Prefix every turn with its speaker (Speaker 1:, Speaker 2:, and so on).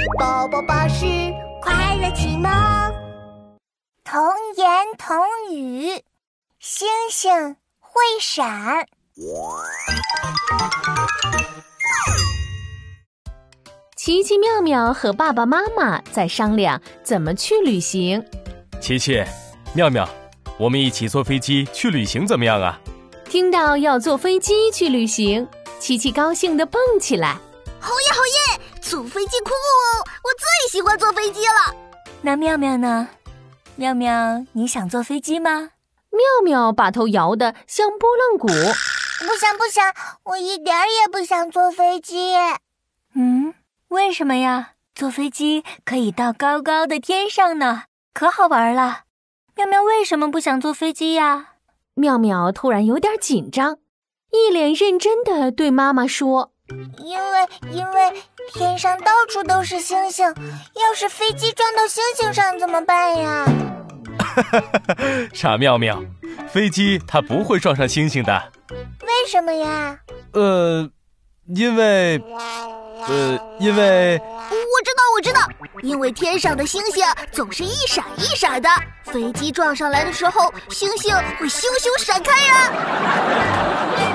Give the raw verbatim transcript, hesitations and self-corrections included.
Speaker 1: 宝宝巴士快乐启蒙。
Speaker 2: 童言童语，星星会闪。
Speaker 3: 奇奇妙妙和爸爸妈妈在商量怎么去旅行。
Speaker 4: 奇奇，妙妙，我们一起坐飞机去旅行怎么样啊？
Speaker 3: 听到要坐飞机去旅行，奇奇高兴地蹦起来。
Speaker 1: 好耶好耶，坐飞机酷哦，我最喜欢坐飞机了。
Speaker 2: 那妙妙呢？妙妙，你想坐飞机吗？
Speaker 3: 妙妙把头摇得像拨浪鼓。
Speaker 2: 不想不想，我一点儿也不想坐飞机。嗯，为什么呀？坐飞机可以到高高的天上呢，可好玩了。妙妙为什么不想坐飞机呀？
Speaker 3: 妙妙突然有点紧张，一脸认真地对妈妈说：
Speaker 2: 因为因为天上到处都是星星，要是飞机撞到星星上怎么办呀？
Speaker 4: 傻妙妙，飞机它不会撞上星星的。
Speaker 2: 为什么呀？
Speaker 4: 呃，因为，呃，因为……
Speaker 1: 我知道，我知道，因为天上的星星总是一闪一闪的，飞机撞上来的时候，星星会咻咻闪开呀。